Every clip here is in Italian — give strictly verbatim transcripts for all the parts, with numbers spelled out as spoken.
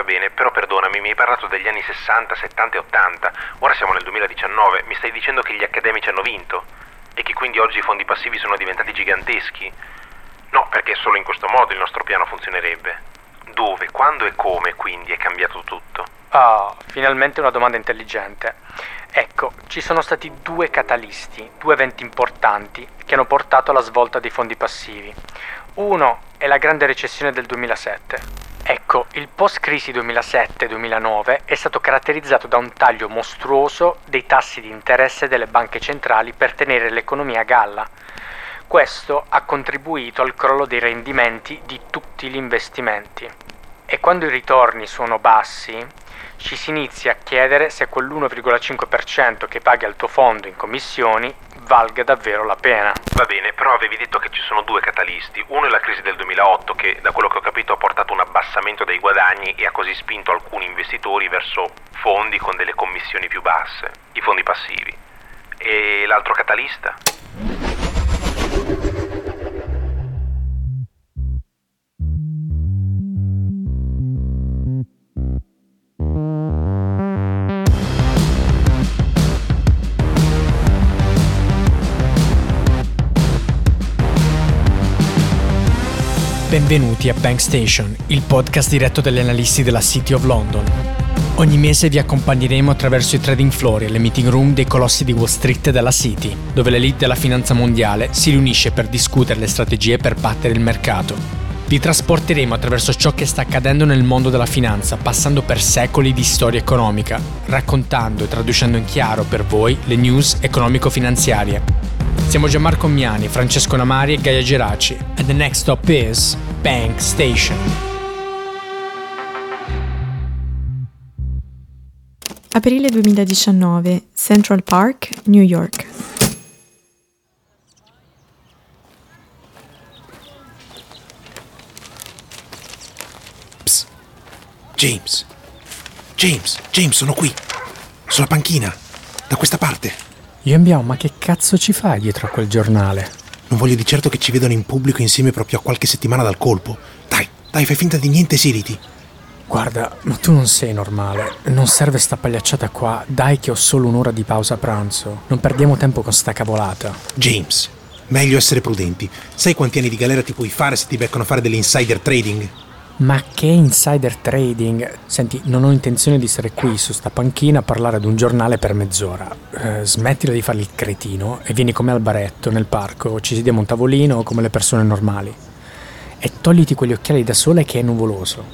bene, però perdonami, mi hai parlato degli anni sessanta, settanta e ottanta. Ora siamo nel duemiladiciannove, mi stai dicendo che gli accademici hanno vinto? E che quindi oggi i fondi passivi sono diventati giganteschi? No, perché solo in questo modo il nostro piano funzionerebbe. Dove, quando e come quindi è cambiato tutto? Ah, finalmente una domanda intelligente. Ecco, ci sono stati due catalisti, due eventi importanti che hanno portato alla svolta dei fondi passivi. Uno è la grande recessione del duemilasette. Ecco, il post-crisi duemilasette duemilanove è stato caratterizzato da un taglio mostruoso dei tassi di interesse delle banche centrali per tenere l'economia a galla. Questo ha contribuito al crollo dei rendimenti di tutti gli investimenti. E quando i ritorni sono bassi, ci si inizia a chiedere se quell'uno virgola cinque per cento che paghi al tuo fondo in commissioni valga davvero la pena. Va bene, però avevi detto che ci sono due catalisti. Uno è la crisi del duemilaotto che, da quello che ho capito, ha portato un abbassamento dei guadagni e ha così spinto alcuni investitori verso fondi con delle commissioni più basse, i fondi passivi. E l'altro catalista? Benvenuti a Bank Station, il podcast diretto dagli analisti della City of London. Ogni mese vi accompagneremo attraverso i trading floor e le meeting room dei colossi di Wall Street e della City, dove l'elite della finanza mondiale si riunisce per discutere le strategie per battere il mercato. Vi trasporteremo attraverso ciò che sta accadendo nel mondo della finanza, passando per secoli di storia economica, raccontando e traducendo in chiaro per voi le news economico-finanziarie. Siamo Gianmarco Miani, Francesco Namari e Gaia Geraci, and the next stop is Bank Station. Aprile duemiladiciannove, Central Park, New York. Psst. James. James, James, sono qui. Sulla panchina, da questa parte. Yambiao, ma che cazzo ci fai dietro a quel giornale? Non voglio di certo che ci vedano in pubblico insieme proprio a qualche settimana dal colpo. Dai, dai, fai finta di niente e siediti. Guarda, ma tu non sei normale. Non serve sta pagliacciata qua. Dai che ho solo un'ora di pausa pranzo. Non perdiamo tempo con sta cavolata. James, meglio essere prudenti. Sai quanti anni di galera ti puoi fare se ti beccano a fare dell'insider trading? Ma che insider trading? Senti, non ho intenzione di stare qui su sta panchina a parlare ad un giornale per mezz'ora. Eh, smettila di fare il cretino e vieni con me al baretto, nel parco. Ci sediamo a un tavolino come le persone normali. E togliti quegli occhiali da sole che è nuvoloso.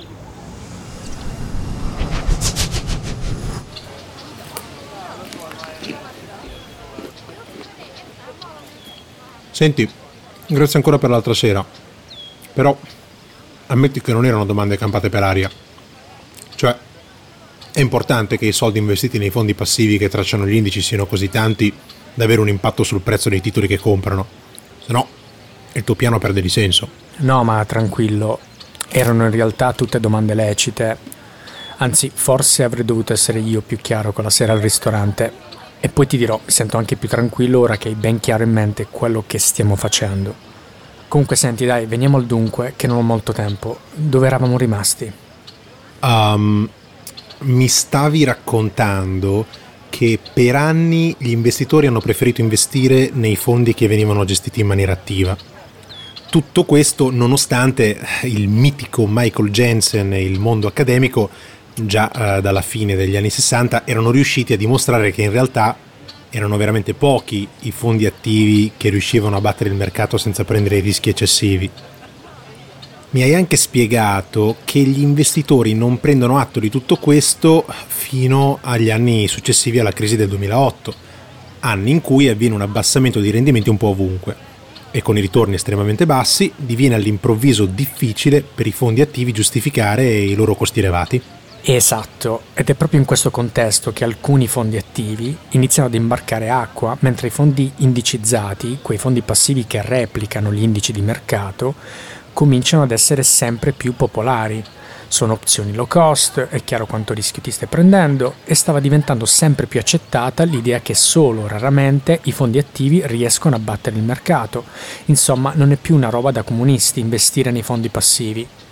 Senti, grazie ancora per l'altra sera. Però ammetti che non erano domande campate per aria. Cioè, è importante che i soldi investiti nei fondi passivi che tracciano gli indici siano così tanti da avere un impatto sul prezzo dei titoli che comprano. Se no, il tuo piano perde di senso. No, ma tranquillo. Erano in realtà tutte domande lecite. Anzi, forse avrei dovuto essere io più chiaro quella sera al ristorante. E poi ti dirò, mi sento anche più tranquillo ora che hai ben chiaro in mente quello che stiamo facendo. Comunque senti, dai, veniamo al dunque, che non ho molto tempo. Dove eravamo rimasti? Um, mi stavi raccontando che per anni gli investitori hanno preferito investire nei fondi che venivano gestiti in maniera attiva. Tutto questo nonostante il mitico Michael Jensen e il mondo accademico già uh, dalla fine degli anni sessanta erano riusciti a dimostrare che in realtà erano veramente pochi i fondi attivi che riuscivano a battere il mercato senza prendere rischi eccessivi. Mi hai anche spiegato che gli investitori non prendono atto di tutto questo fino agli anni successivi alla crisi del duemilaotto, anni in cui avviene un abbassamento di rendimenti un po' ovunque e con i ritorni estremamente bassi diviene all'improvviso difficile per i fondi attivi giustificare i loro costi elevati. Esatto, ed è proprio in questo contesto che alcuni fondi attivi iniziano ad imbarcare acqua, mentre i fondi indicizzati, quei fondi passivi che replicano gli indici di mercato, cominciano ad essere sempre più popolari. Sono opzioni low cost, è chiaro quanto rischio ti stai prendendo, e stava diventando sempre più accettata l'idea che solo raramente i fondi attivi riescono a battere il mercato. Insomma, non è più una roba da comunisti investire nei fondi passivi.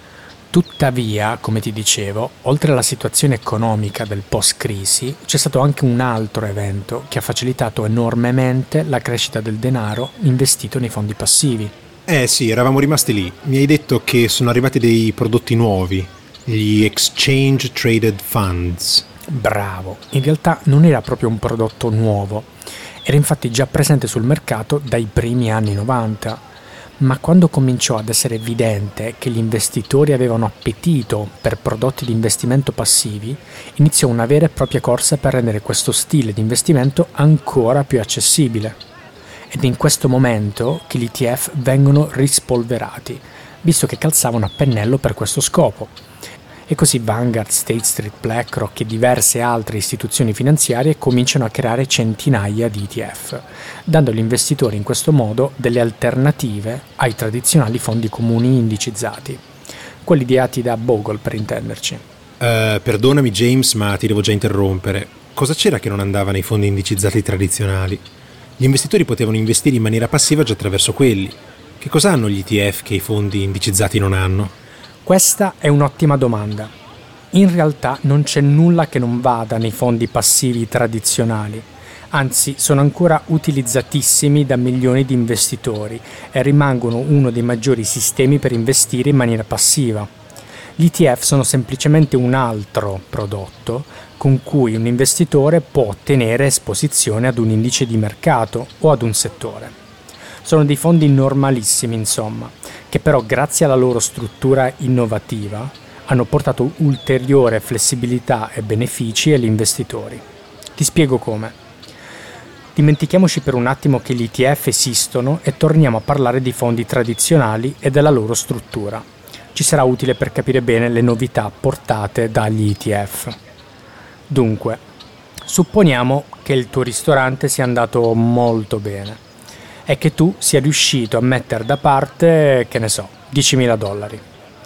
Tuttavia, come ti dicevo, oltre alla situazione economica del post-crisi, c'è stato anche un altro evento che ha facilitato enormemente la crescita del denaro investito nei fondi passivi. Eh sì, eravamo rimasti lì. Mi hai detto che sono arrivati dei prodotti nuovi, gli Exchange Traded Funds. Bravo, in realtà non era proprio un prodotto nuovo, era infatti già presente sul mercato dai primi anni novanta. Ma quando cominciò ad essere evidente che gli investitori avevano appetito per prodotti di investimento passivi, iniziò una vera e propria corsa per rendere questo stile di investimento ancora più accessibile. Ed è in questo momento che gli E T F vengono rispolverati, visto che calzavano a pennello per questo scopo. E così Vanguard, State Street, BlackRock e diverse altre istituzioni finanziarie cominciano a creare centinaia di E T F, dando agli investitori in questo modo delle alternative ai tradizionali fondi comuni indicizzati, quelli ideati da Bogle per intenderci. Uh, perdonami James, ma ti devo già interrompere. Cosa c'era che non andava nei fondi indicizzati tradizionali? Gli investitori potevano investire in maniera passiva già attraverso quelli. Che cosa hanno gli E T F che i fondi indicizzati non hanno? Questa è un'ottima domanda. In realtà non c'è nulla che non vada nei fondi passivi tradizionali, anzi sono ancora utilizzatissimi da milioni di investitori e rimangono uno dei maggiori sistemi per investire in maniera passiva. Gli E T F sono semplicemente un altro prodotto con cui un investitore può ottenere esposizione ad un indice di mercato o ad un settore. Sono dei fondi normalissimi, insomma, che però grazie alla loro struttura innovativa hanno portato ulteriore flessibilità e benefici agli investitori. Ti spiego come. Dimentichiamoci per un attimo che gli E T F esistono e torniamo a parlare di fondi tradizionali e della loro struttura. Ci sarà utile per capire bene le novità portate dagli E T F. Dunque, supponiamo che il tuo ristorante sia andato molto bene e che tu sia riuscito a mettere da parte, che ne so, diecimila dollari.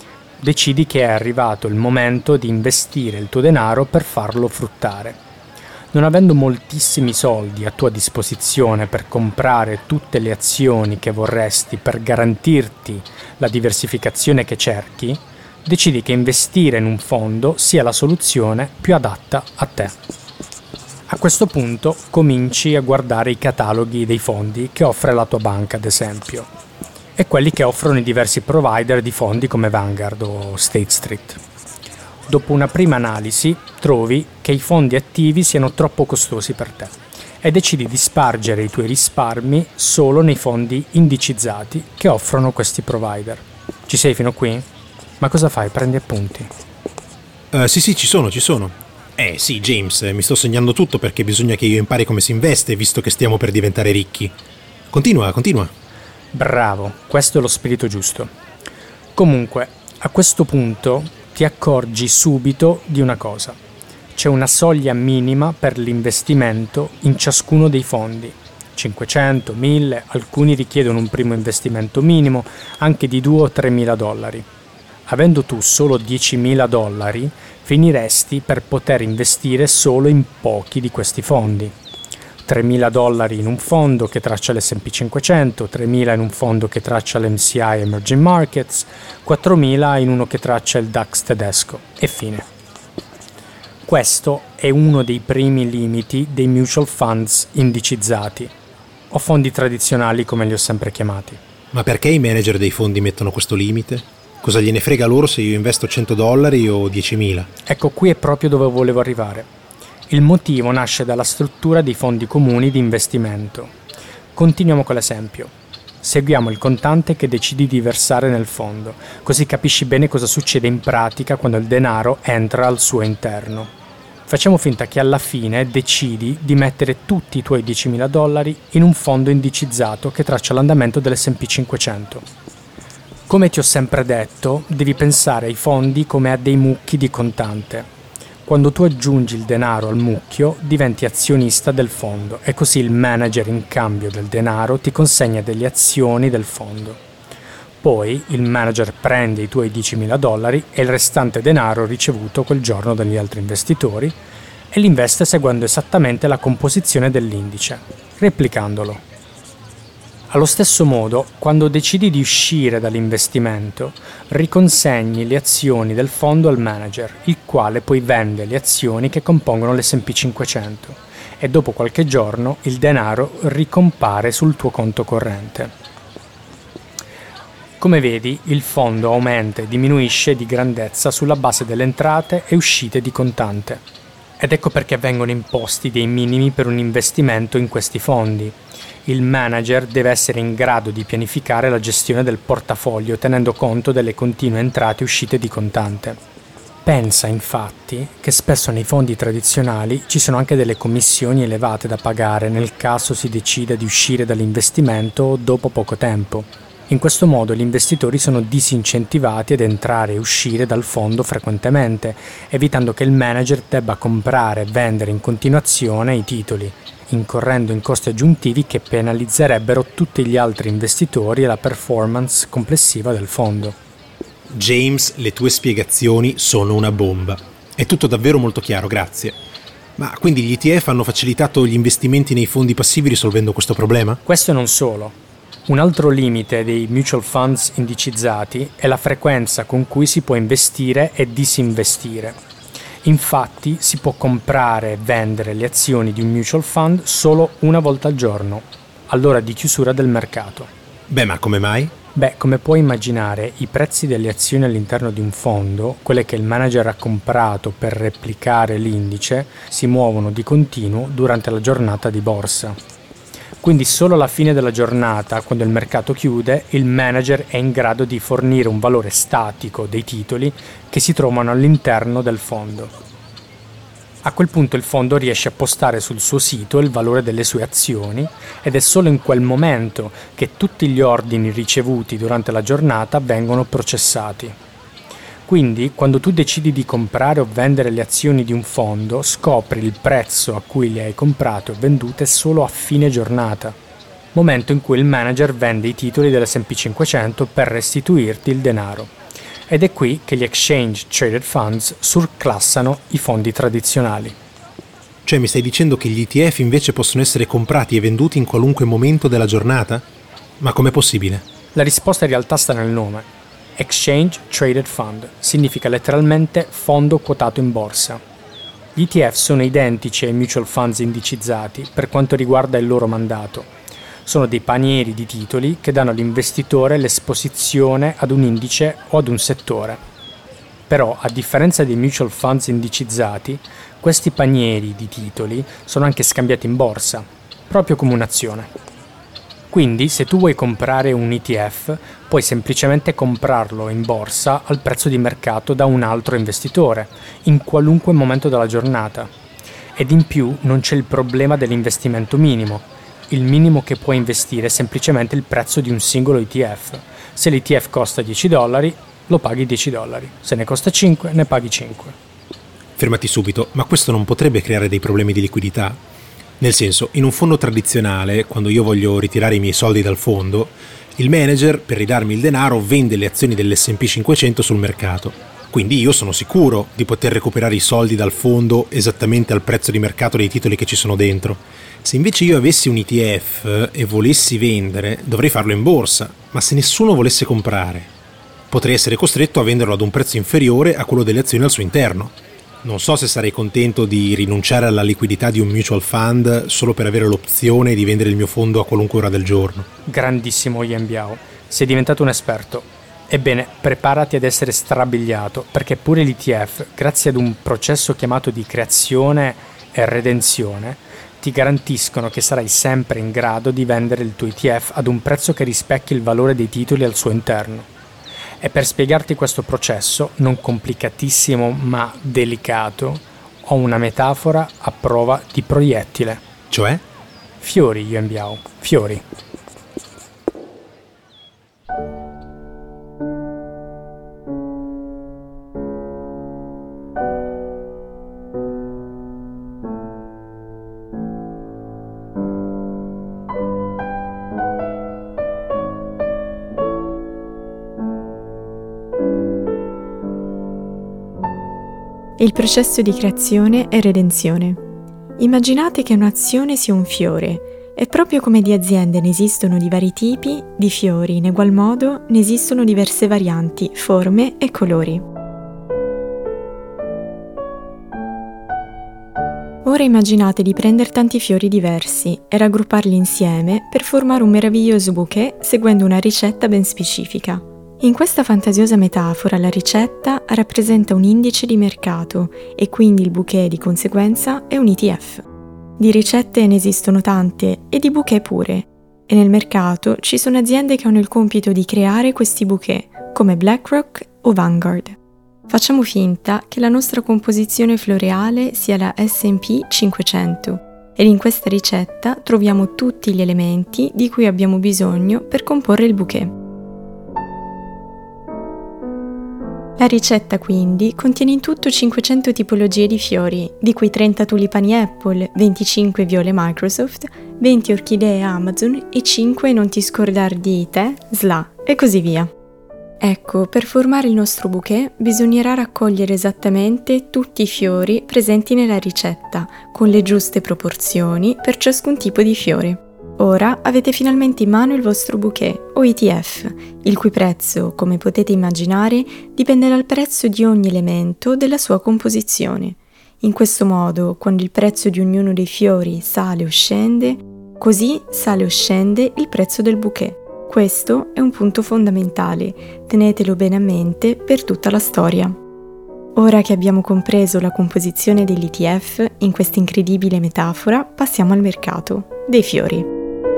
Decidi che è arrivato il momento di investire il tuo denaro per farlo fruttare. Non avendo moltissimi soldi a tua disposizione per comprare tutte le azioni che vorresti per garantirti la diversificazione che cerchi, decidi che investire in un fondo sia la soluzione più adatta a te. A questo punto cominci a guardare i cataloghi dei fondi che offre la tua banca, ad esempio, e quelli che offrono i diversi provider di fondi come Vanguard o State Street. Dopo una prima analisi trovi che i fondi attivi siano troppo costosi per te e decidi di spargere i tuoi risparmi solo nei fondi indicizzati che offrono questi provider. Ci sei fino qui? Ma cosa fai? Prendi appunti? Uh, sì sì, ci sono, ci sono. Eh sì, James, mi sto segnando tutto perché bisogna che io impari come si investe, visto che stiamo per diventare ricchi. Continua, continua. Bravo, questo è lo spirito giusto. Comunque, a questo punto ti accorgi subito di una cosa. C'è una soglia minima per l'investimento in ciascuno dei fondi. cinquecento, mille, alcuni richiedono un primo investimento minimo, anche di due o tremila dollari. Avendo tu solo diecimila dollari, finiresti per poter investire solo in pochi di questi fondi. tremila dollari in un fondo che traccia l'esse and pi cinquecento, tremila in un fondo che traccia l'emme esse i Emerging Markets, quattromila in uno che traccia il DAX tedesco, e fine. Questo è uno dei primi limiti dei mutual funds indicizzati, o fondi tradizionali come li ho sempre chiamati. Ma perché i manager dei fondi mettono questo limite? Cosa gliene frega loro se io investo cento dollari o diecimila? Ecco, qui è proprio dove volevo arrivare. Il motivo nasce dalla struttura dei fondi comuni di investimento. Continuiamo con l'esempio. Seguiamo il contante che decidi di versare nel fondo, così capisci bene cosa succede in pratica quando il denaro entra al suo interno. Facciamo finta che alla fine decidi di mettere tutti i tuoi diecimila dollari in un fondo indicizzato che traccia l'andamento dell'esse and pi cinquecento. Come ti ho sempre detto, devi pensare ai fondi come a dei mucchi di contante. Quando tu aggiungi il denaro al mucchio, diventi azionista del fondo e così il manager in cambio del denaro ti consegna delle azioni del fondo. Poi il manager prende i tuoi diecimila dollari e il restante denaro ricevuto quel giorno dagli altri investitori e li investe seguendo esattamente la composizione dell'indice, replicandolo. Allo stesso modo, quando decidi di uscire dall'investimento, riconsegni le azioni del fondo al manager, il quale poi vende le azioni che compongono l'esse and pi cinquecento e dopo qualche giorno il denaro ricompare sul tuo conto corrente. Come vedi, il fondo aumenta e diminuisce di grandezza sulla base delle entrate e uscite di contante. Ed ecco perché vengono imposti dei minimi per un investimento in questi fondi. Il manager deve essere in grado di pianificare la gestione del portafoglio tenendo conto delle continue entrate e uscite di contante. Pensa infatti che spesso nei fondi tradizionali ci sono anche delle commissioni elevate da pagare nel caso si decida di uscire dall'investimento dopo poco tempo. In questo modo gli investitori sono disincentivati ad entrare e uscire dal fondo frequentemente, evitando che il manager debba comprare e vendere in continuazione i titoli, incorrendo in costi aggiuntivi che penalizzerebbero tutti gli altri investitori e la performance complessiva del fondo. James, le tue spiegazioni sono una bomba. È tutto davvero molto chiaro, grazie. Ma quindi gli E T F hanno facilitato gli investimenti nei fondi passivi risolvendo questo problema? Questo non solo. Un altro limite dei mutual funds indicizzati è la frequenza con cui si può investire e disinvestire. Infatti si può comprare e vendere le azioni di un mutual fund solo una volta al giorno, all'ora di chiusura del mercato. Beh, ma come mai? Beh, come puoi immaginare, i prezzi delle azioni all'interno di un fondo, quelle che il manager ha comprato per replicare l'indice, si muovono di continuo durante la giornata di borsa. Quindi solo alla fine della giornata, quando il mercato chiude, il manager è in grado di fornire un valore statico dei titoli che si trovano all'interno del fondo. A quel punto il fondo riesce a postare sul suo sito il valore delle sue azioni ed è solo in quel momento che tutti gli ordini ricevuti durante la giornata vengono processati. Quindi, quando tu decidi di comprare o vendere le azioni di un fondo, scopri il prezzo a cui le hai comprate o vendute solo a fine giornata, momento in cui il manager vende i titoli dell'esse and pi cinquecento per restituirti il denaro. Ed è qui che gli Exchange Traded Funds surclassano i fondi tradizionali. Cioè mi stai dicendo che gli E T F invece possono essere comprati e venduti in qualunque momento della giornata? Ma com'è possibile? La risposta in realtà sta nel nome. Exchange Traded Fund significa letteralmente fondo quotato in borsa. Gli E T F sono identici ai mutual funds indicizzati per quanto riguarda il loro mandato. Sono dei panieri di titoli che danno all'investitore l'esposizione ad un indice o ad un settore. Però, a differenza dei mutual funds indicizzati, questi panieri di titoli sono anche scambiati in borsa, proprio come un'azione. Quindi, se tu vuoi comprare un E T F, puoi semplicemente comprarlo in borsa al prezzo di mercato da un altro investitore, in qualunque momento della giornata. Ed in più non c'è il problema dell'investimento minimo. Il minimo che puoi investire è semplicemente il prezzo di un singolo E T F. Se l'E T F costa dieci dollari, lo paghi dieci dollari. Se ne costa cinque, ne paghi cinque. Fermati subito, ma questo non potrebbe creare dei problemi di liquidità? Nel senso, in un fondo tradizionale, quando io voglio ritirare i miei soldi dal fondo, il manager, per ridarmi il denaro, vende le azioni dell'esse and pi cinquecento sul mercato. Quindi io sono sicuro di poter recuperare i soldi dal fondo esattamente al prezzo di mercato dei titoli che ci sono dentro. Se invece io avessi un E T F e volessi vendere, dovrei farlo in borsa, ma se nessuno volesse comprare, potrei essere costretto a venderlo ad un prezzo inferiore a quello delle azioni al suo interno. Non so se sarei contento di rinunciare alla liquidità di un mutual fund solo per avere l'opzione di vendere il mio fondo a qualunque ora del giorno. Grandissimo Yan Biao, sei diventato un esperto. Ebbene, preparati ad essere strabiliato, perché pure l'E T F, grazie ad un processo chiamato di creazione e redenzione, ti garantiscono che sarai sempre in grado di vendere il tuo E T F ad un prezzo che rispecchi il valore dei titoli al suo interno. E per spiegarti questo processo, non complicatissimo ma delicato, ho una metafora a prova di proiettile. Cioè? Fiori, Yan Biao, fiori. Il processo di creazione e redenzione. Immaginate che un'azione sia un fiore E proprio come di aziende ne esistono di vari tipi, di fiori in egual modo ne esistono diverse varianti, forme e colori. Ora immaginate di prendere tanti fiori diversi e raggrupparli insieme per formare un meraviglioso bouquet seguendo una ricetta ben specifica. In questa fantasiosa metafora la ricetta rappresenta un indice di mercato e quindi il bouquet di conseguenza è un E T F. Di ricette ne esistono tante e di bouquet pure, e nel mercato ci sono aziende che hanno il compito di creare questi bouquet, come BlackRock o Vanguard. Facciamo finta che la nostra composizione floreale sia la S and P cinquecento ed in questa ricetta troviamo tutti gli elementi di cui abbiamo bisogno per comporre il bouquet. La ricetta quindi contiene in tutto cinquecento tipologie di fiori, di cui trenta tulipani Apple, venticinque viole Microsoft, venti orchidee Amazon e cinque non ti scordar di tè, S L A e così via. Ecco, per formare il nostro bouquet bisognerà raccogliere esattamente tutti i fiori presenti nella ricetta, con le giuste proporzioni per ciascun tipo di fiore. Ora avete finalmente in mano il vostro bouquet, o E T F, il cui prezzo, come potete immaginare, dipende dal prezzo di ogni elemento della sua composizione. In questo modo, quando il prezzo di ognuno dei fiori sale o scende, così sale o scende il prezzo del bouquet. Questo è un punto fondamentale, tenetelo bene a mente per tutta la storia. Ora che abbiamo compreso la composizione dell'E T F, in questa incredibile metafora, passiamo al mercato dei fiori.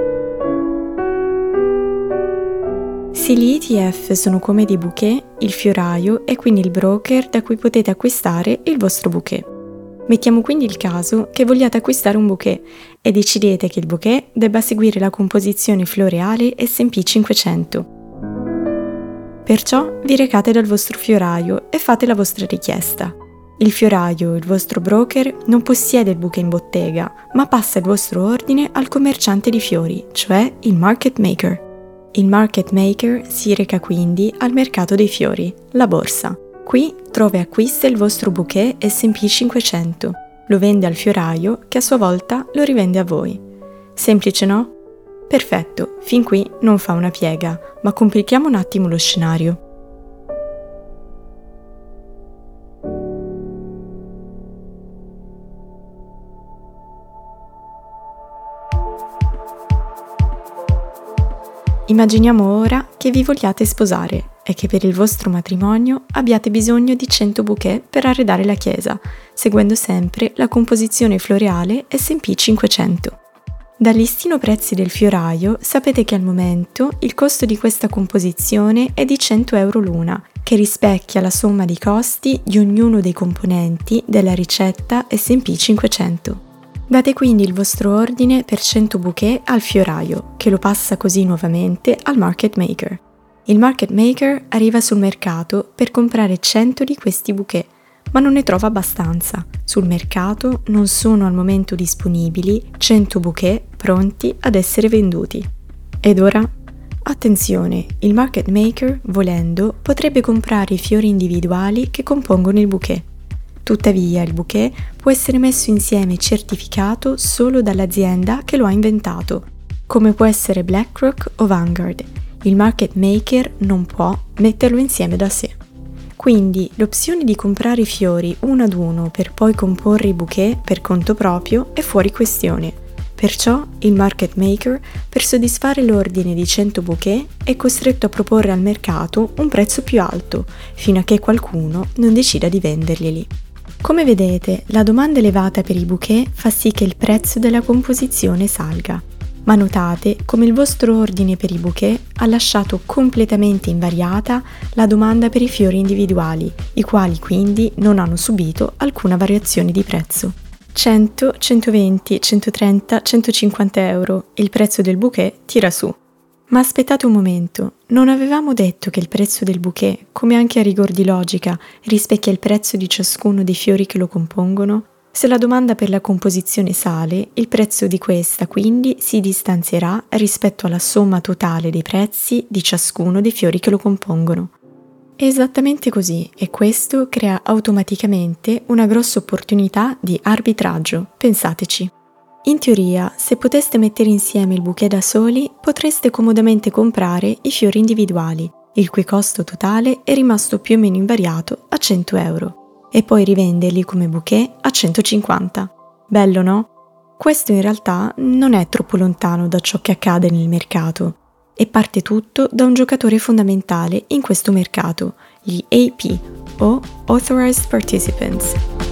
Se gli E T F sono come dei bouquet, il fioraio è quindi il broker da cui potete acquistare il vostro bouquet. Mettiamo quindi il caso che vogliate acquistare un bouquet e decidete che il bouquet debba seguire la composizione floreale S and P cinquecento. Perciò vi recate dal vostro fioraio e fate la vostra richiesta. Il fioraio, il vostro broker, non possiede il bouquet in bottega, ma passa il vostro ordine al commerciante di fiori, cioè il market maker. Il market maker si reca quindi al mercato dei fiori, la borsa. Qui trova e acquista il vostro bouquet S and P cinquecento, lo vende al fioraio che a sua volta lo rivende a voi. Semplice, no? Perfetto, fin qui non fa una piega, ma complichiamo un attimo lo scenario. Immaginiamo ora che vi vogliate sposare e che per il vostro matrimonio abbiate bisogno di cento bouquet per arredare la chiesa, seguendo sempre la composizione floreale S and P cinquecento. Dal listino prezzi del fioraio sapete che al momento il costo di questa composizione è di cento euro l'una, che rispecchia la somma dei costi di ognuno dei componenti della ricetta S and P cinquecento. Date quindi il vostro ordine per cento bouquet al fioraio, che lo passa così nuovamente al market maker. Il market maker arriva sul mercato per comprare cento di questi bouquet, ma non ne trova abbastanza. Sul mercato non sono al momento disponibili cento bouquet pronti ad essere venduti. Ed ora? Attenzione, il market maker, volendo, potrebbe comprare i fiori individuali che compongono il bouquet. Tuttavia il bouquet può essere messo insieme e certificato solo dall'azienda che lo ha inventato, come può essere BlackRock o Vanguard. Il market maker non può metterlo insieme da sé. Quindi l'opzione di comprare i fiori uno ad uno per poi comporre i bouquet per conto proprio è fuori questione. Perciò il market maker, per soddisfare l'ordine di cento bouquet, è costretto a proporre al mercato un prezzo più alto, fino a che qualcuno non decida di venderglieli. Come vedete, la domanda elevata per i bouquet fa sì che il prezzo della composizione salga. Ma notate come il vostro ordine per i bouquet ha lasciato completamente invariata la domanda per i fiori individuali, i quali quindi non hanno subito alcuna variazione di prezzo. cento, centoventi, centotrenta, centocinquanta euro, il prezzo del bouquet tira su. Ma aspettate un momento, non avevamo detto che il prezzo del bouquet, come anche a rigor di logica, rispecchia il prezzo di ciascuno dei fiori che lo compongono? Se la domanda per la composizione sale, il prezzo di questa quindi si distanzierà rispetto alla somma totale dei prezzi di ciascuno dei fiori che lo compongono. È esattamente così e questo crea automaticamente una grossa opportunità di arbitraggio, pensateci. In teoria, se poteste mettere insieme il bouquet da soli, potreste comodamente comprare i fiori individuali, il cui costo totale è rimasto più o meno invariato a cento euro, e poi rivenderli come bouquet a centocinquanta. Bello, no? Questo in realtà non è troppo lontano da ciò che accade nel mercato, e parte tutto da un giocatore fondamentale in questo mercato, gli A P, o Authorized Participants.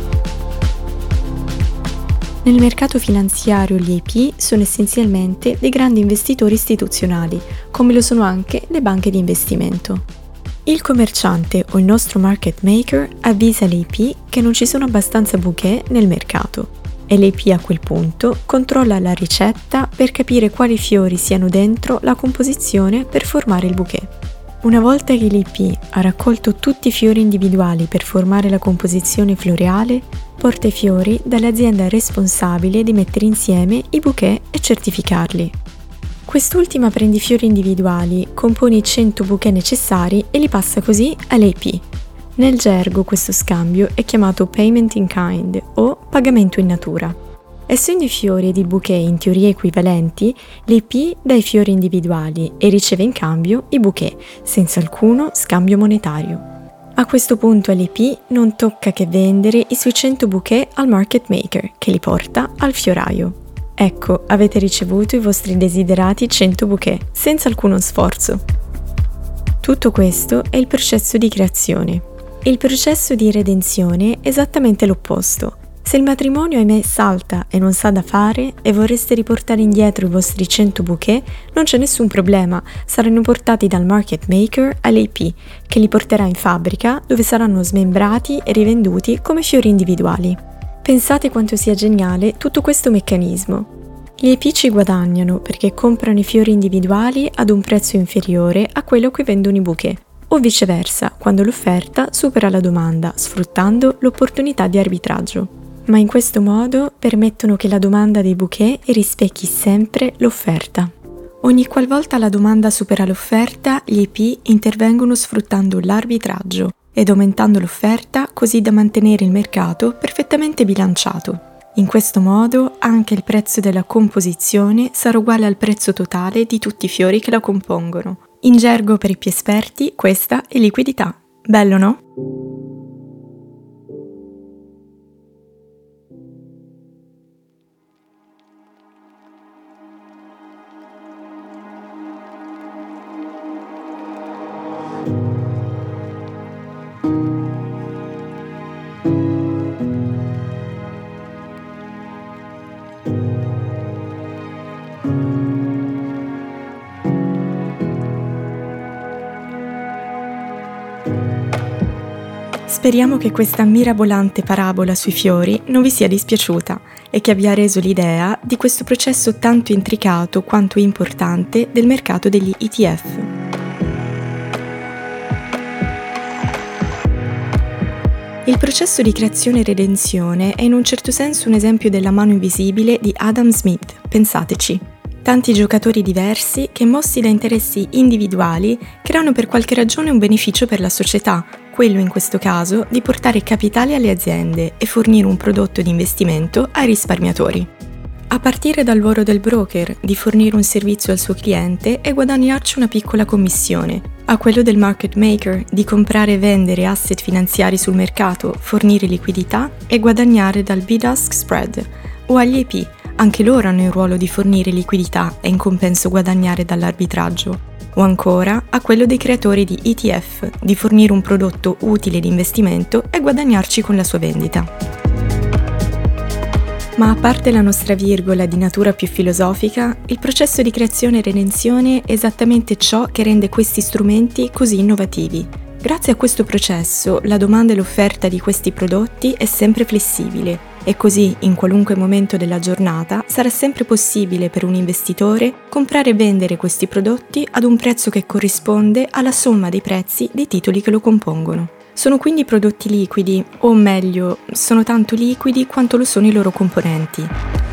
Nel mercato finanziario gli A P sono essenzialmente dei grandi investitori istituzionali, come lo sono anche le banche di investimento. Il commerciante o il nostro market maker avvisa l'A P che non ci sono abbastanza bouquet nel mercato e l'A P a quel punto controlla la ricetta per capire quali fiori siano dentro la composizione per formare il bouquet. Una volta che l'A P ha raccolto tutti i fiori individuali per formare la composizione floreale, porta i fiori dall'azienda responsabile di mettere insieme i bouquet e certificarli. Quest'ultima prende i fiori individuali, compone i cento bouquet necessari e li passa così all'A P. Nel gergo questo scambio è chiamato payment in kind o pagamento in natura. Essendo i fiori ed il bouquet in teoria equivalenti, l'A P dà i fiori individuali e riceve in cambio i bouquet, senza alcuno scambio monetario. A questo punto all'A P non tocca che vendere i suoi cento bouquet al market maker, che li porta al fioraio. Ecco, avete ricevuto i vostri desiderati cento bouquet, senza alcuno sforzo. Tutto questo è il processo di creazione. Il processo di redenzione è esattamente l'opposto. Se il matrimonio, ahimè, salta e non sa da fare e vorreste riportare indietro i vostri cento bouquet, non c'è nessun problema, saranno portati dal market maker all'A P, che li porterà in fabbrica dove saranno smembrati e rivenduti come fiori individuali. Pensate quanto sia geniale tutto questo meccanismo. Gli A P ci guadagnano perché comprano i fiori individuali ad un prezzo inferiore a quello a cui vendono i bouquet, o viceversa, quando l'offerta supera la domanda, sfruttando l'opportunità di arbitraggio. Ma in questo modo permettono che la domanda dei bouquet rispecchi sempre l'offerta. Ogni qualvolta la domanda supera l'offerta, gli A P intervengono sfruttando l'arbitraggio ed aumentando l'offerta così da mantenere il mercato perfettamente bilanciato. In questo modo anche il prezzo della composizione sarà uguale al prezzo totale di tutti i fiori che la compongono. In gergo per i più esperti, questa è liquidità. Bello, no? Speriamo che questa mirabolante parabola sui fiori non vi sia dispiaciuta e che abbia reso l'idea di questo processo tanto intricato quanto importante del mercato degli E T F. Il processo di creazione e redenzione è in un certo senso un esempio della mano invisibile di Adam Smith, pensateci. Tanti giocatori diversi che, mossi da interessi individuali, creano per qualche ragione un beneficio per la società, quello in questo caso di portare capitali alle aziende e fornire un prodotto di investimento ai risparmiatori. A partire dal lavoro del broker di fornire un servizio al suo cliente e guadagnarci una piccola commissione, a quello del market maker di comprare e vendere asset finanziari sul mercato, fornire liquidità e guadagnare dal bid-ask spread, o agli A P. Anche loro hanno il ruolo di fornire liquidità e in compenso guadagnare dall'arbitraggio, o ancora a quello dei creatori di E T F, di fornire un prodotto utile di investimento e guadagnarci con la sua vendita. Ma a parte la nostra virgola di natura più filosofica, il processo di creazione e redenzione è esattamente ciò che rende questi strumenti così innovativi. Grazie a questo processo, la domanda e l'offerta di questi prodotti è sempre flessibile e così, in qualunque momento della giornata, sarà sempre possibile per un investitore comprare e vendere questi prodotti ad un prezzo che corrisponde alla somma dei prezzi dei titoli che lo compongono. Sono quindi prodotti liquidi, o meglio, sono tanto liquidi quanto lo sono i loro componenti.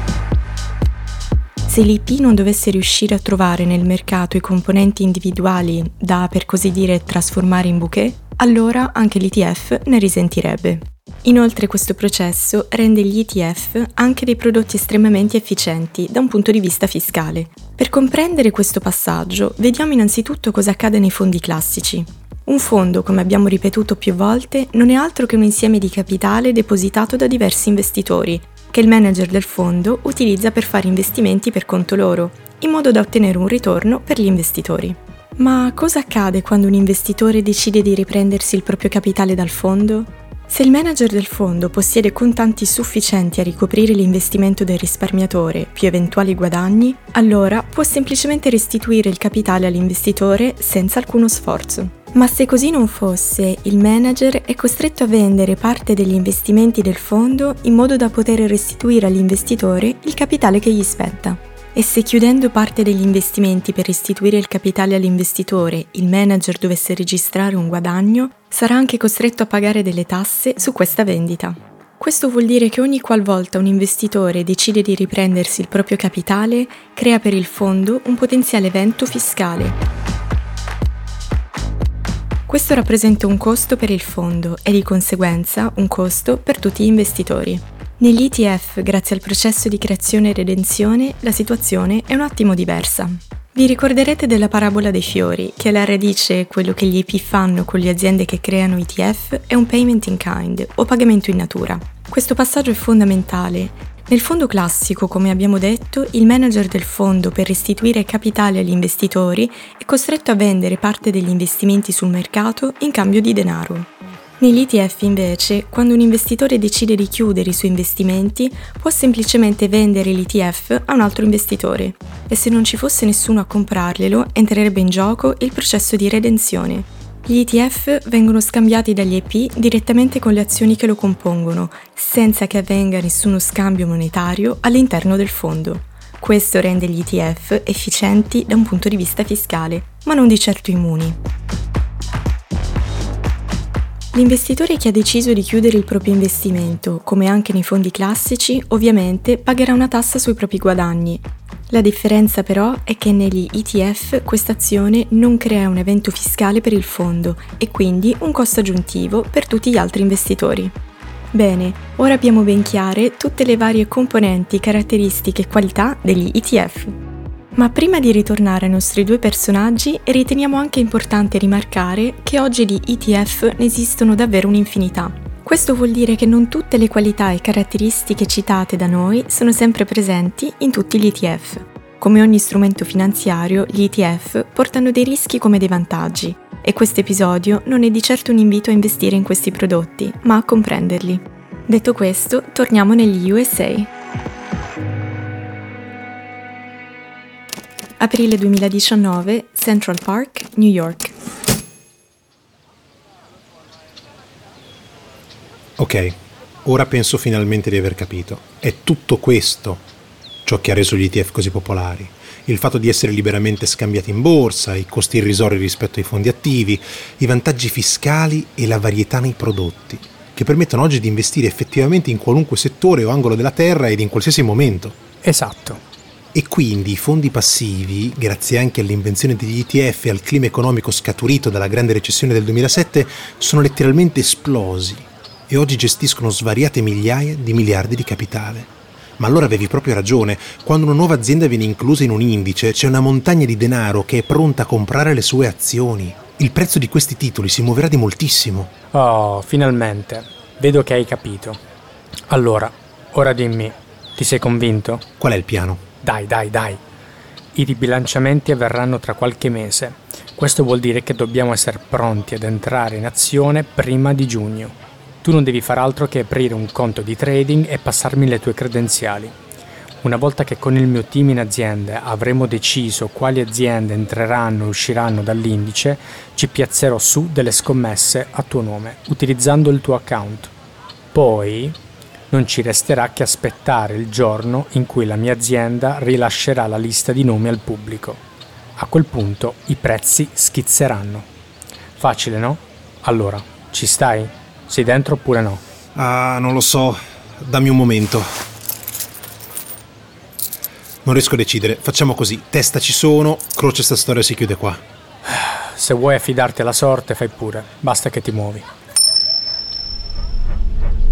Se l'I P non dovesse riuscire a trovare nel mercato i componenti individuali da, per così dire, trasformare in bouquet, allora anche l'E T F ne risentirebbe. Inoltre questo processo rende gli E T F anche dei prodotti estremamente efficienti da un punto di vista fiscale. Per comprendere questo passaggio, vediamo innanzitutto cosa accade nei fondi classici. Un fondo, come abbiamo ripetuto più volte, non è altro che un insieme di capitale depositato da diversi investitori, che il manager del fondo utilizza per fare investimenti per conto loro, in modo da ottenere un ritorno per gli investitori. Ma cosa accade quando un investitore decide di riprendersi il proprio capitale dal fondo? Se il manager del fondo possiede contanti sufficienti a ricoprire l'investimento del risparmiatore più eventuali guadagni, allora può semplicemente restituire il capitale all'investitore senza alcuno sforzo. Ma se così non fosse, il manager è costretto a vendere parte degli investimenti del fondo in modo da poter restituire all'investitore il capitale che gli spetta. E se chiudendo parte degli investimenti per restituire il capitale all'investitore il manager dovesse registrare un guadagno, sarà anche costretto a pagare delle tasse su questa vendita. Questo vuol dire che ogni qualvolta un investitore decide di riprendersi il proprio capitale, crea per il fondo un potenziale evento fiscale. Questo rappresenta un costo per il fondo e di conseguenza un costo per tutti gli investitori. Negli E T F, grazie al processo di creazione e redenzione, la situazione è un attimo diversa. Vi ricorderete della parabola dei fiori, che alla radice quello che gli E P fanno con le aziende che creano E T F è un payment in kind, o pagamento in natura. Questo passaggio è fondamentale. Nel fondo classico, come abbiamo detto, il manager del fondo per restituire capitale agli investitori è costretto a vendere parte degli investimenti sul mercato in cambio di denaro. Negli E T F invece, quando un investitore decide di chiudere i suoi investimenti, può semplicemente vendere l'E T F a un altro investitore e se non ci fosse nessuno a comprarglielo, entrerebbe in gioco il processo di redenzione. Gli E T F vengono scambiati dagli E P direttamente con le azioni che lo compongono, senza che avvenga nessuno scambio monetario all'interno del fondo. Questo rende gli E T F efficienti da un punto di vista fiscale, ma non di certo immuni. L'investitore che ha deciso di chiudere il proprio investimento, come anche nei fondi classici, ovviamente pagherà una tassa sui propri guadagni. La differenza però è che negli E T F questa azione non crea un evento fiscale per il fondo e quindi un costo aggiuntivo per tutti gli altri investitori. Bene, ora abbiamo ben chiare tutte le varie componenti, caratteristiche e qualità degli E T F. Ma prima di ritornare ai nostri due personaggi, riteniamo anche importante rimarcare che oggi di E T F ne esistono davvero un'infinità. Questo vuol dire che non tutte le qualità e caratteristiche citate da noi sono sempre presenti in tutti gli E T F. Come ogni strumento finanziario, gli E T F portano dei rischi come dei vantaggi, e questo episodio non è di certo un invito a investire in questi prodotti, ma a comprenderli. Detto questo, torniamo negli U S A. Aprile duemiladiciannove, Central Park, New York. Ok, ora penso finalmente di aver capito. È tutto questo ciò che ha reso gli E T F così popolari. Il fatto di essere liberamente scambiati in borsa, i costi irrisori rispetto ai fondi attivi, i vantaggi fiscali e la varietà nei prodotti, che permettono oggi di investire effettivamente in qualunque settore o angolo della terra ed in qualsiasi momento. Esatto. E quindi i fondi passivi, grazie anche all'invenzione degli E T F e al clima economico scaturito dalla grande recessione del duemilasette, sono letteralmente esplosi e oggi gestiscono svariate migliaia di miliardi di capitale. Ma allora avevi proprio ragione, quando una nuova azienda viene inclusa in un indice c'è una montagna di denaro che è pronta a comprare le sue azioni. Il prezzo di questi titoli si muoverà di moltissimo. Oh, finalmente. Vedo che hai capito. Allora, ora dimmi, ti sei convinto? Qual è il piano? Dai, dai, dai. I ribilanciamenti avverranno tra qualche mese. Questo vuol dire che dobbiamo essere pronti ad entrare in azione prima di giugno. Tu non devi far altro che aprire un conto di trading e passarmi le tue credenziali. Una volta che con il mio team in azienda avremo deciso quali aziende entreranno e usciranno dall'indice, ci piazzerò su delle scommesse a tuo nome, utilizzando il tuo account. Poi non ci resterà che aspettare il giorno in cui la mia azienda rilascerà la lista di nomi al pubblico. A quel punto i prezzi schizzeranno. Facile, no? Allora, ci stai? Sei dentro oppure no? Ah, non lo so. Dammi un momento. Non riesco a decidere. Facciamo così. Testa ci sono, croce sta storia si chiude qua. Se vuoi affidarti alla sorte, fai pure. Basta che ti muovi.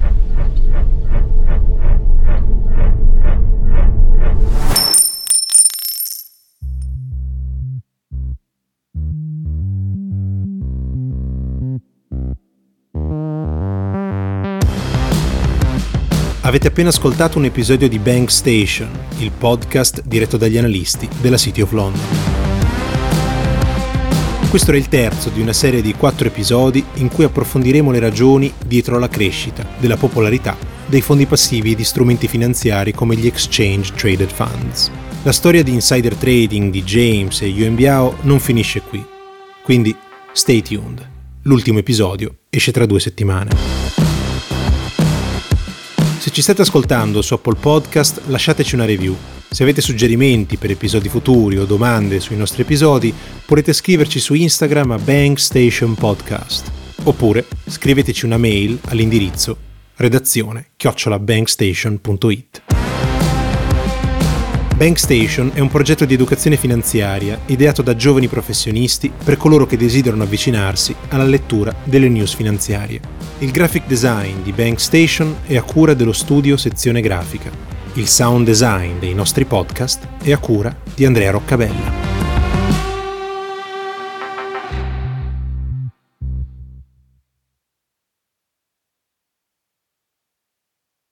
Avete appena ascoltato un episodio di Bank Station, il podcast diretto dagli analisti della City of London. Questo era il terzo di una serie di quattro episodi in cui approfondiremo le ragioni dietro alla crescita della popolarità dei fondi passivi e di strumenti finanziari come gli Exchange Traded Funds. La storia di insider trading di James e Yuan Biao non finisce qui, quindi stay tuned. L'ultimo episodio esce tra due settimane. Se ci state ascoltando su Apple Podcast, lasciateci una review. Se avete suggerimenti per episodi futuri o domande sui nostri episodi, potete scriverci su Instagram a Bank Station Podcast. Oppure scriveteci una mail all'indirizzo redazione chiocciola bankstation punto it. Bank Station è un progetto di educazione finanziaria ideato da giovani professionisti per coloro che desiderano avvicinarsi alla lettura delle news finanziarie. Il graphic design di Bank Station è a cura dello studio Sezione Grafica. Il sound design dei nostri podcast è a cura di Andrea Roccabella.